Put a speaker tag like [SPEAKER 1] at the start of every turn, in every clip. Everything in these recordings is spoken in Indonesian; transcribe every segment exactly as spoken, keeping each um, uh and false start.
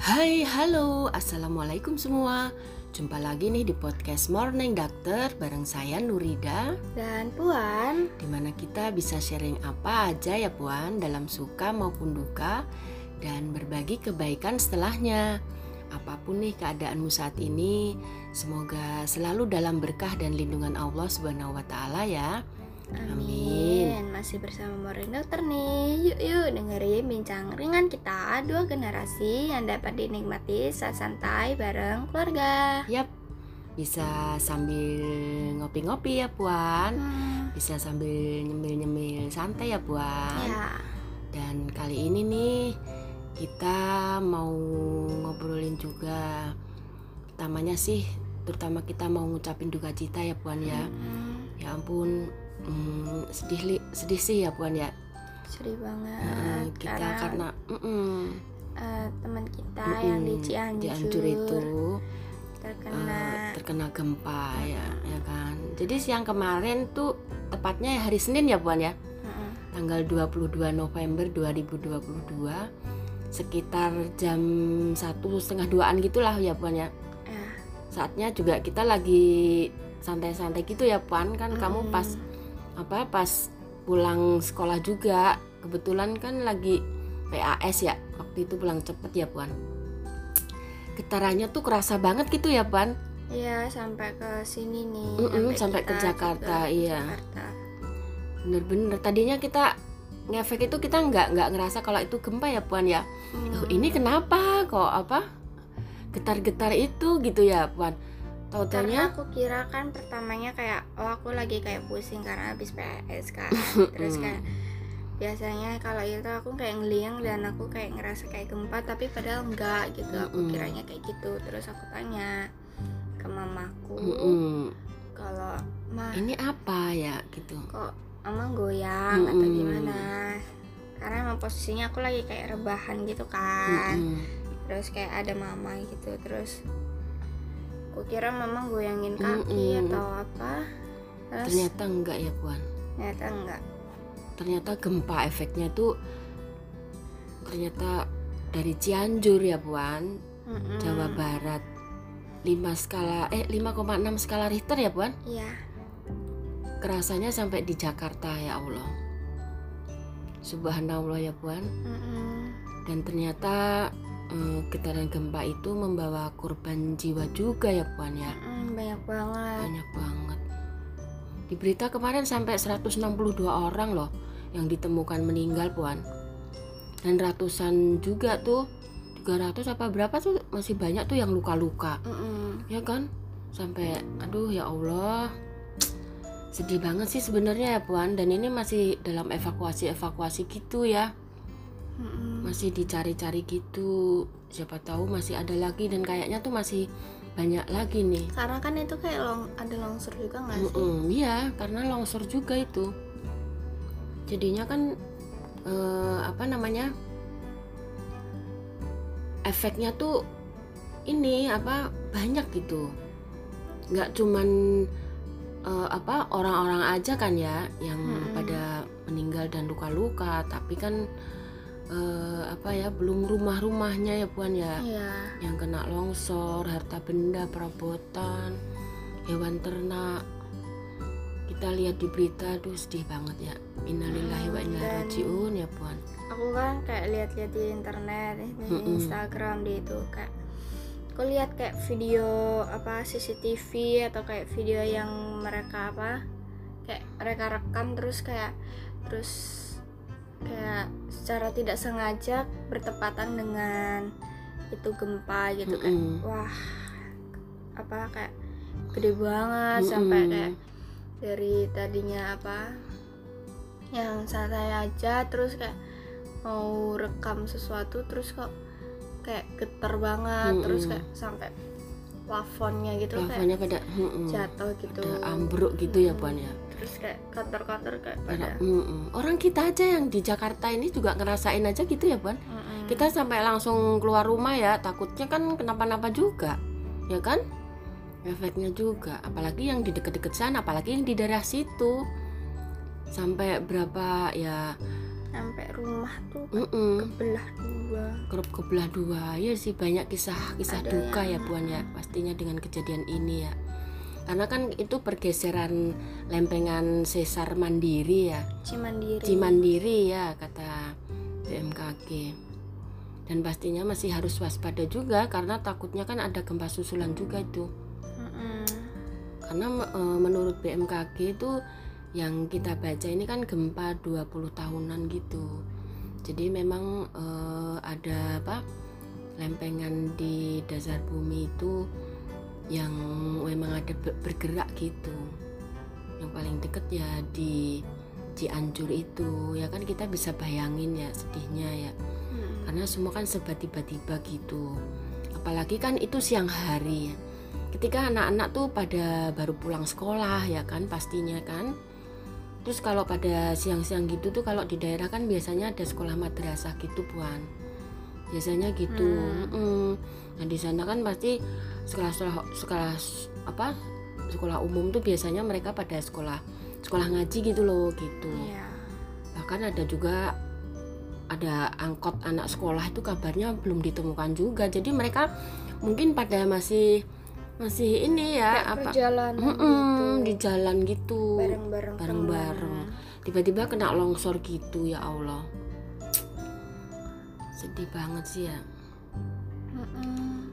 [SPEAKER 1] Hai, halo, assalamualaikum semua. Jumpa lagi nih di podcast Morning Doctor bareng saya Nurida
[SPEAKER 2] dan Puan,
[SPEAKER 1] dimana kita bisa sharing apa aja ya Puan, dalam suka maupun duka, dan berbagi kebaikan setelahnya. Apapun nih keadaanmu saat ini, semoga selalu dalam berkah dan lindungan Allah Subhanahu wa Ta'ala ya.
[SPEAKER 2] Amin. Amin. Masih bersama Morning Doctor nih. Yuk yuk dengerin bincang ringan kita, dua generasi yang dapat dinikmati saat santai bareng keluarga.
[SPEAKER 1] Yap, bisa sambil ngopi-ngopi ya Puan, hmm. bisa sambil nyemil-nyemil santai ya Puan.
[SPEAKER 2] Ya.
[SPEAKER 1] Dan kali ini nih kita mau ngobrolin juga, pertamanya sih terutama kita mau ngucapin duka cita ya Puan ya. Hmm. Ya ampun. Hmm, sedih li, sedih sih ya Puan ya.
[SPEAKER 2] Sedih banget.
[SPEAKER 1] Uh, kita karena, karena
[SPEAKER 2] uh, teman kita mm-mm, yang di Cianjur,
[SPEAKER 1] Cianjur itu
[SPEAKER 2] terkena
[SPEAKER 1] uh, terkena gempa ya, ya kan. Jadi siang kemarin tuh tepatnya hari Senin ya Puan ya. Mm-mm. Tanggal dua puluh dua November dua ribu dua puluh dua sekitar jam satu setengah duaan gitulah ya Puan ya. Uh. Saatnya juga kita lagi santai-santai gitu ya Puan, kan mm-hmm. kamu pas apa pas pulang sekolah juga, kebetulan kan lagi P A S ya, waktu itu pulang cepet ya Puan. Getarannya tuh kerasa banget gitu ya Puan.
[SPEAKER 2] Iya, sampai ke sini nih,
[SPEAKER 1] sampai, sampai ke Jakarta, ke iya. Jakarta. Bener-bener tadinya kita ngefek itu kita nggak nggak ngerasa kalau itu gempa ya Puan ya. Hmm. Oh, ini kenapa kok apa getar-getar itu gitu ya Puan.
[SPEAKER 2] Karena aku kira kan pertamanya kayak oh aku lagi kayak pusing karena habis P A S kan. Terus kayak biasanya kalau itu aku kayak ngeliang dan aku kayak ngerasa kayak gempa, tapi padahal enggak gitu. Aku kiranya kayak gitu. Terus aku tanya ke mamaku, kalau mah
[SPEAKER 1] ini apa ya gitu,
[SPEAKER 2] kok mama goyang Mm-mm. atau gimana. Karena emang posisinya aku lagi kayak rebahan gitu kan. Mm-mm. Terus kayak ada mama gitu. Terus aku kira mama goyangin kaki Mm-mm. atau apa. Terus,
[SPEAKER 1] ternyata enggak ya Puan.
[SPEAKER 2] Ternyata enggak.
[SPEAKER 1] Ternyata gempa efeknya tuh ternyata dari Cianjur ya Puan. Mm-mm. Jawa Barat. lima skala eh lima koma enam skala Richter ya Puan?
[SPEAKER 2] Iya.
[SPEAKER 1] Kerasanya sampai di Jakarta ya Allah. Subhanallah ya Puan. Mm-mm. Dan ternyata getaran gempa itu membawa korban jiwa juga ya Puan ya.
[SPEAKER 2] Mm, banyak banget.
[SPEAKER 1] Banyak banget. Di berita kemarin sampai seratus enam puluh dua orang loh yang ditemukan meninggal Puan. Dan ratusan juga tuh, tiga ratus apa berapa tuh masih banyak tuh yang luka-luka. Mm-mm. Ya kan? Sampai aduh ya Allah. Sedih banget sih sebenarnya ya Puan, dan ini masih dalam evakuasi-evakuasi gitu ya. Mm-mm. Masih dicari-cari gitu, siapa tahu masih ada lagi, dan kayaknya tuh masih banyak lagi nih.
[SPEAKER 2] Karena kan itu kayak long, ada longsor juga nggak sih?
[SPEAKER 1] Iya, karena longsor juga itu. Jadinya kan eh, apa namanya? Efeknya tuh ini apa banyak gitu. Nggak cuman eh, apa orang-orang aja kan ya yang Mm-mm. pada meninggal dan luka-luka, tapi kan Uh, apa ya belum rumah-rumahnya ya Puan ya,
[SPEAKER 2] iya.
[SPEAKER 1] yang kena longsor, harta benda, perabotan, hewan ternak. Kita lihat di berita, aduh sedih banget ya. Innalillahi wa inna ilaihi rajiun ya Puan.
[SPEAKER 2] Aku kan kayak lihat-lihat di internet, di Mm-mm. Instagram di itu kayak aku lihat kayak video apa C C T V atau kayak video yang mereka apa kayak mereka rekam terus kayak terus kayak secara tidak sengaja bertepatan dengan itu gempa gitu kan. Mm-mm. Wah apa kayak gede banget. Mm-mm. Sampai kayak dari tadinya apa yang santai aja terus kayak mau rekam sesuatu terus kok kayak getar banget. Mm-mm. Terus kayak sampai plafonnya gitu
[SPEAKER 1] plafonnya
[SPEAKER 2] kayak
[SPEAKER 1] pada mm-mm.
[SPEAKER 2] jatuh gitu,
[SPEAKER 1] pada ambruk gitu. Mm-mm. Ya Puan ya.
[SPEAKER 2] Terus kayak kantor-kantor kayak pada
[SPEAKER 1] orang kita aja yang di Jakarta ini juga ngerasain aja gitu ya Puan. Mm-mm. Kita sampai langsung keluar rumah ya, takutnya kan kenapa-napa juga ya kan, efeknya juga. Apalagi yang di deket-deket sana, apalagi yang di daerah situ sampai berapa ya,
[SPEAKER 2] sampai rumah tuh
[SPEAKER 1] Mm-mm.
[SPEAKER 2] kebelah dua dua.
[SPEAKER 1] Grup kebelah dua. Ya sih, banyak kisah-kisah
[SPEAKER 2] Ada
[SPEAKER 1] duka
[SPEAKER 2] yang-
[SPEAKER 1] ya Puan ya, pastinya dengan kejadian ini ya. Karena kan itu pergeseran lempengan sesar Mandiri ya.
[SPEAKER 2] Cimandiri.
[SPEAKER 1] Cimandiri ya kata B M K G. Dan pastinya masih harus waspada juga karena takutnya kan ada gempa susulan juga itu.
[SPEAKER 2] Mm-mm.
[SPEAKER 1] Karena e, menurut B M K G itu yang kita baca ini kan gempa dua puluh tahunan gitu. Jadi memang e, ada apa? Lempengan di dasar bumi itu yang memang ada bergerak gitu. Yang paling deket ya di Cianjur itu. Ya kan kita bisa bayangin ya sedihnya ya.
[SPEAKER 2] Mm-mm.
[SPEAKER 1] Karena semua kan serba tiba-tiba gitu. Apalagi kan itu siang hari ya. Ketika anak-anak tuh pada baru pulang sekolah ya kan pastinya kan. Terus kalau pada siang-siang gitu tuh kalau di daerah kan biasanya ada sekolah madrasah gitu Puan. Biasanya gitu.
[SPEAKER 2] Hmm.
[SPEAKER 1] Mm. Nah di sana kan pasti sekolah-sekolah sekolah apa sekolah umum tuh biasanya mereka pada sekolah sekolah ngaji gitu loh gitu.
[SPEAKER 2] Iya.
[SPEAKER 1] Bahkan ada juga ada angkot anak sekolah itu kabarnya belum ditemukan juga. Jadi mereka mungkin pada masih masih ini ya
[SPEAKER 2] Kayak
[SPEAKER 1] apa
[SPEAKER 2] perjalanan
[SPEAKER 1] Mm-mm,
[SPEAKER 2] gitu.
[SPEAKER 1] di jalan gitu
[SPEAKER 2] Bareng-bareng
[SPEAKER 1] bareng-bareng.
[SPEAKER 2] teman.
[SPEAKER 1] Tiba-tiba kena longsor gitu ya Allah. Sedih banget sih ya.
[SPEAKER 2] Mm-mm.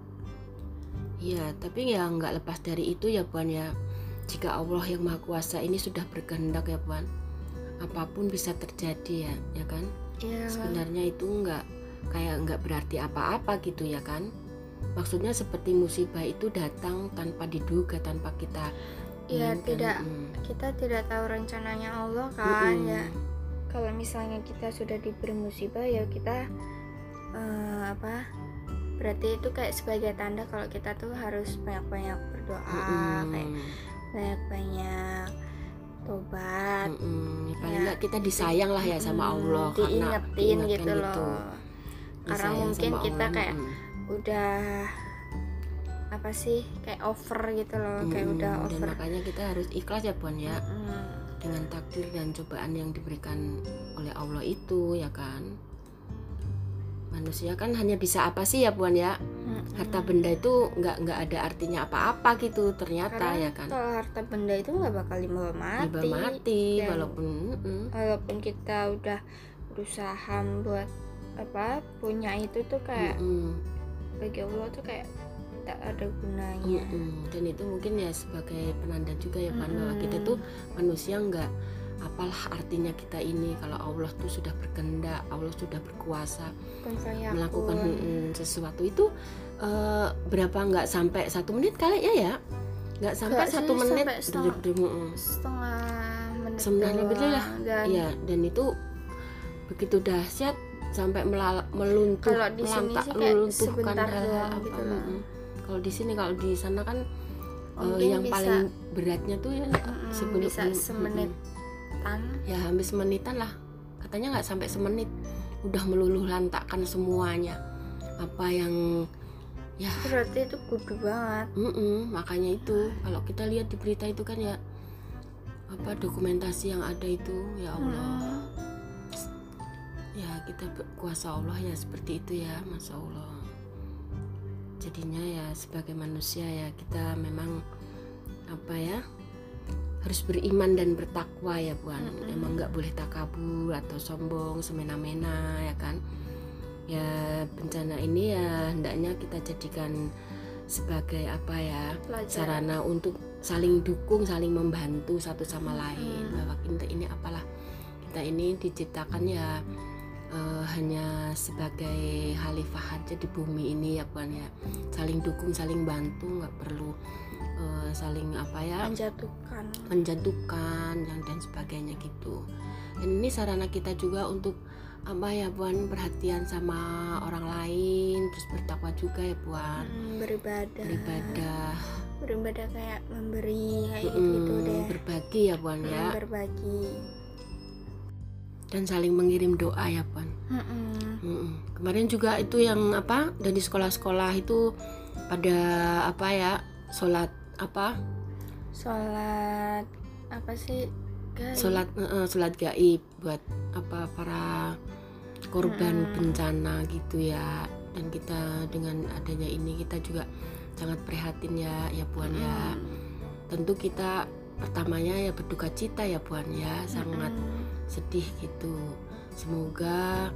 [SPEAKER 1] Iya, tapi ya nggak lepas dari itu ya Puan ya. Jika Allah yang Maha Kuasa ini sudah berkehendak ya Puan, apapun bisa terjadi ya, ya kan?
[SPEAKER 2] Iya.
[SPEAKER 1] Sebenarnya itu nggak kayak nggak berarti apa-apa gitu ya kan? Maksudnya seperti musibah itu datang tanpa diduga, tanpa kita
[SPEAKER 2] Iya,
[SPEAKER 1] inginkan.
[SPEAKER 2] tidak
[SPEAKER 1] Mm.
[SPEAKER 2] kita tidak tahu rencananya Allah kan
[SPEAKER 1] Mm-mm.
[SPEAKER 2] ya. Kalau misalnya kita sudah diberi musibah ya kita eh, apa? Berarti itu kayak sebagai tanda kalau kita tuh harus banyak-banyak berdoa,
[SPEAKER 1] Mm-mm.
[SPEAKER 2] kayak banyak-banyak tobat.
[SPEAKER 1] Mm-mm. Paling
[SPEAKER 2] Ya,
[SPEAKER 1] nggak kita disayang lah ya sama
[SPEAKER 2] Mm,
[SPEAKER 1] Allah karena
[SPEAKER 2] diingetin
[SPEAKER 1] diingatkan
[SPEAKER 2] gitu loh.
[SPEAKER 1] gitu.
[SPEAKER 2] Karena
[SPEAKER 1] Disayang
[SPEAKER 2] mungkin
[SPEAKER 1] sama
[SPEAKER 2] kita
[SPEAKER 1] Allah,
[SPEAKER 2] kayak
[SPEAKER 1] mm-mm.
[SPEAKER 2] udah apa sih kayak over gitu loh, kayak
[SPEAKER 1] Mm-mm.
[SPEAKER 2] udah
[SPEAKER 1] Dan
[SPEAKER 2] over.
[SPEAKER 1] makanya kita harus ikhlas ya Puan ya.
[SPEAKER 2] Mm,
[SPEAKER 1] Dengan takdir dan cobaan yang diberikan oleh Allah itu ya kan. Manusia kan hanya bisa apa sih ya Puan ya.
[SPEAKER 2] mm-mm.
[SPEAKER 1] Harta benda itu nggak nggak ada artinya apa-apa gitu ternyata
[SPEAKER 2] Karena
[SPEAKER 1] ya kan.
[SPEAKER 2] kalau harta benda itu nggak bakal dibawa mati.
[SPEAKER 1] Tiba mati
[SPEAKER 2] Dan
[SPEAKER 1] walaupun mm-mm.
[SPEAKER 2] walaupun kita udah berusaha buat apa punya itu tuh kayak
[SPEAKER 1] Mm-mm.
[SPEAKER 2] bagi Allah tuh kayak tak ada gunanya.
[SPEAKER 1] Mm-mm. Dan itu mungkin ya sebagai penanda juga ya Puan bahwa
[SPEAKER 2] Mm-mm.
[SPEAKER 1] kita tuh manusia nggak apalah artinya kita ini kalau Allah tuh sudah berkehendak, Allah sudah berkuasa
[SPEAKER 2] Kun fayakun.
[SPEAKER 1] melakukan mm, sesuatu itu eh, berapa nggak sampai satu menit kali ya ya nggak sampai
[SPEAKER 2] Nggak
[SPEAKER 1] satu
[SPEAKER 2] sih,
[SPEAKER 1] menit
[SPEAKER 2] sampai setengah,
[SPEAKER 1] Duduk- mm,
[SPEAKER 2] setengah menit
[SPEAKER 1] Setengah menit
[SPEAKER 2] doang.
[SPEAKER 1] lah.
[SPEAKER 2] Dan
[SPEAKER 1] ya dan itu begitu dahsyat sampai melala, meluntuh
[SPEAKER 2] kalau di sini
[SPEAKER 1] melantak
[SPEAKER 2] sih kayak
[SPEAKER 1] meluntuhkan
[SPEAKER 2] sebentar
[SPEAKER 1] hal-hal
[SPEAKER 2] doang
[SPEAKER 1] apa
[SPEAKER 2] gitu loh.
[SPEAKER 1] mm-mm. Kalau di sini kalau di sana kan eh,
[SPEAKER 2] Mungkin
[SPEAKER 1] yang
[SPEAKER 2] bisa-
[SPEAKER 1] paling beratnya tuh ya
[SPEAKER 2] Mm-mm,
[SPEAKER 1] sebelum
[SPEAKER 2] bisa
[SPEAKER 1] mm,
[SPEAKER 2] semenit.
[SPEAKER 1] mm-mm.
[SPEAKER 2] Tan.
[SPEAKER 1] Ya hampir semenitan lah katanya nggak sampai semenit udah meluluh lantakkan semuanya apa yang ya
[SPEAKER 2] Berarti itu kudu banget.
[SPEAKER 1] mm-mm, makanya itu kalau kita lihat di berita itu kan ya apa dokumentasi yang ada itu ya Allah
[SPEAKER 2] Hmm.
[SPEAKER 1] ya kita ber- kuasa Allah ya seperti itu ya Masya Allah. Jadinya ya sebagai manusia ya kita memang apa ya harus beriman dan bertakwa ya Puan.
[SPEAKER 2] Mm-mm.
[SPEAKER 1] Emang nggak boleh takabur atau sombong semena-mena ya kan. Ya bencana ini ya hendaknya kita jadikan sebagai apa ya
[SPEAKER 2] Pelajaran.
[SPEAKER 1] sarana untuk saling dukung, saling membantu satu sama lain.
[SPEAKER 2] Mm.
[SPEAKER 1] Bahwa kita ini apalah kita ini diciptakan ya eh, hanya sebagai khalifah aja di bumi ini ya Puan ya. Saling dukung, saling bantu, nggak perlu eh, saling apa ya
[SPEAKER 2] Menjatuhkan.
[SPEAKER 1] menjatuhkan yang dan sebagainya gitu. Dan ini sarana kita juga untuk apa ya Puan perhatian sama orang lain, terus bertakwa juga ya Puan.
[SPEAKER 2] Hmm, beribadah.
[SPEAKER 1] Beribadah,
[SPEAKER 2] Beribadah kayak memberi kayak
[SPEAKER 1] mm,
[SPEAKER 2] gitu deh.
[SPEAKER 1] berbagi ya Puan
[SPEAKER 2] Hmm,
[SPEAKER 1] ya,
[SPEAKER 2] berbagi.
[SPEAKER 1] dan saling mengirim doa ya Puan.
[SPEAKER 2] Mm-mm.
[SPEAKER 1] Mm-mm. Kemarin juga itu yang apa dari sekolah-sekolah itu pada apa ya sholat apa
[SPEAKER 2] Sholat apa sih guys?
[SPEAKER 1] sholat eh, sholat gaib buat apa para korban hmm. bencana gitu ya. Dan kita dengan adanya ini kita juga sangat prihatin ya ya Puan hmm. ya. Tentu kita pertamanya ya berduka cita ya Puan ya, sangat hmm. sedih gitu. Semoga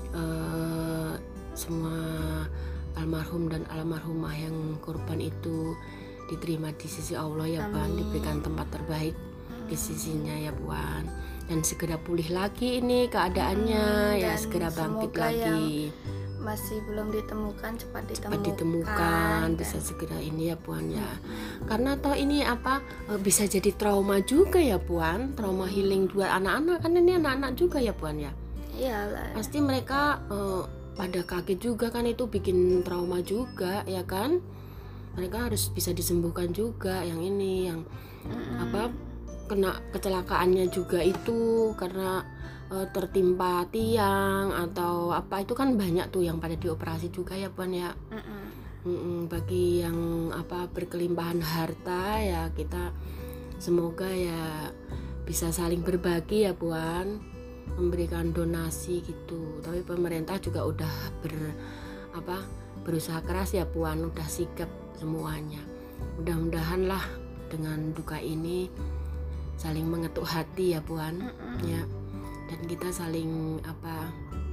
[SPEAKER 1] uh, semua almarhum dan almarhumah yang korban itu diterima di sisi Allah ya Puan, diberikan tempat terbaik di sisinya ya Puan, dan segera pulih lagi ini keadaannya hmm, ya, segera bangkit lagi.
[SPEAKER 2] Masih belum ditemukan cepat ditemukan,
[SPEAKER 1] cepat ditemukan dan bisa segera ini ya Puan ya. Hmm. Karena toh ini apa bisa jadi trauma juga ya Puan, trauma healing buat anak-anak, kan ini anak-anak juga ya Puan ya.
[SPEAKER 2] Iyalah.
[SPEAKER 1] Pasti mereka uh, pada kaget juga kan, itu bikin trauma juga ya kan. Mereka harus bisa disembuhkan juga yang ini, yang mm-hmm. apa kena kecelakaannya juga itu karena e, tertimpa tiang atau apa, itu kan banyak tuh yang pada dioperasi juga ya Puan ya. Mm-mm. Bagi yang apa berkelimpahan harta ya, kita semoga ya bisa saling berbagi ya Puan, memberikan donasi gitu. Tapi pemerintah juga udah ber apa berusaha keras ya Puan, udah sigap semuanya. Mudah-mudahan lah dengan duka ini saling mengetuk hati ya Puan. Mm-mm. Ya, dan kita saling apa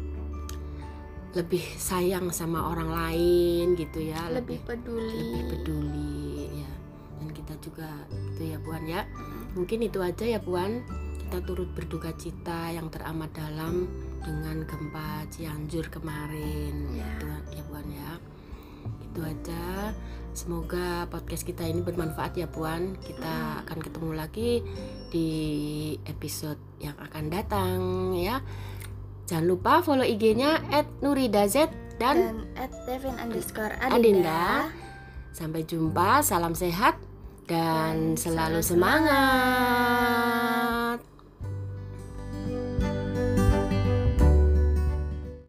[SPEAKER 1] lebih sayang sama orang lain gitu ya,
[SPEAKER 2] lebih, lebih peduli
[SPEAKER 1] lebih peduli ya, dan kita juga gitu ya Puan ya. Mungkin itu aja ya Puan, kita turut berduka cita yang teramat dalam dengan gempa Cianjur kemarin ya. Itu ya Puan ya, itu aja. Semoga podcast kita ini bermanfaat ya Puan. Kita akan ketemu lagi di episode yang akan datang ya. Jangan lupa follow I G-nya et nuridaz dan,
[SPEAKER 2] dan et devin underscore
[SPEAKER 1] adinda. adinda. Sampai jumpa, salam sehat dan, dan selalu semangat.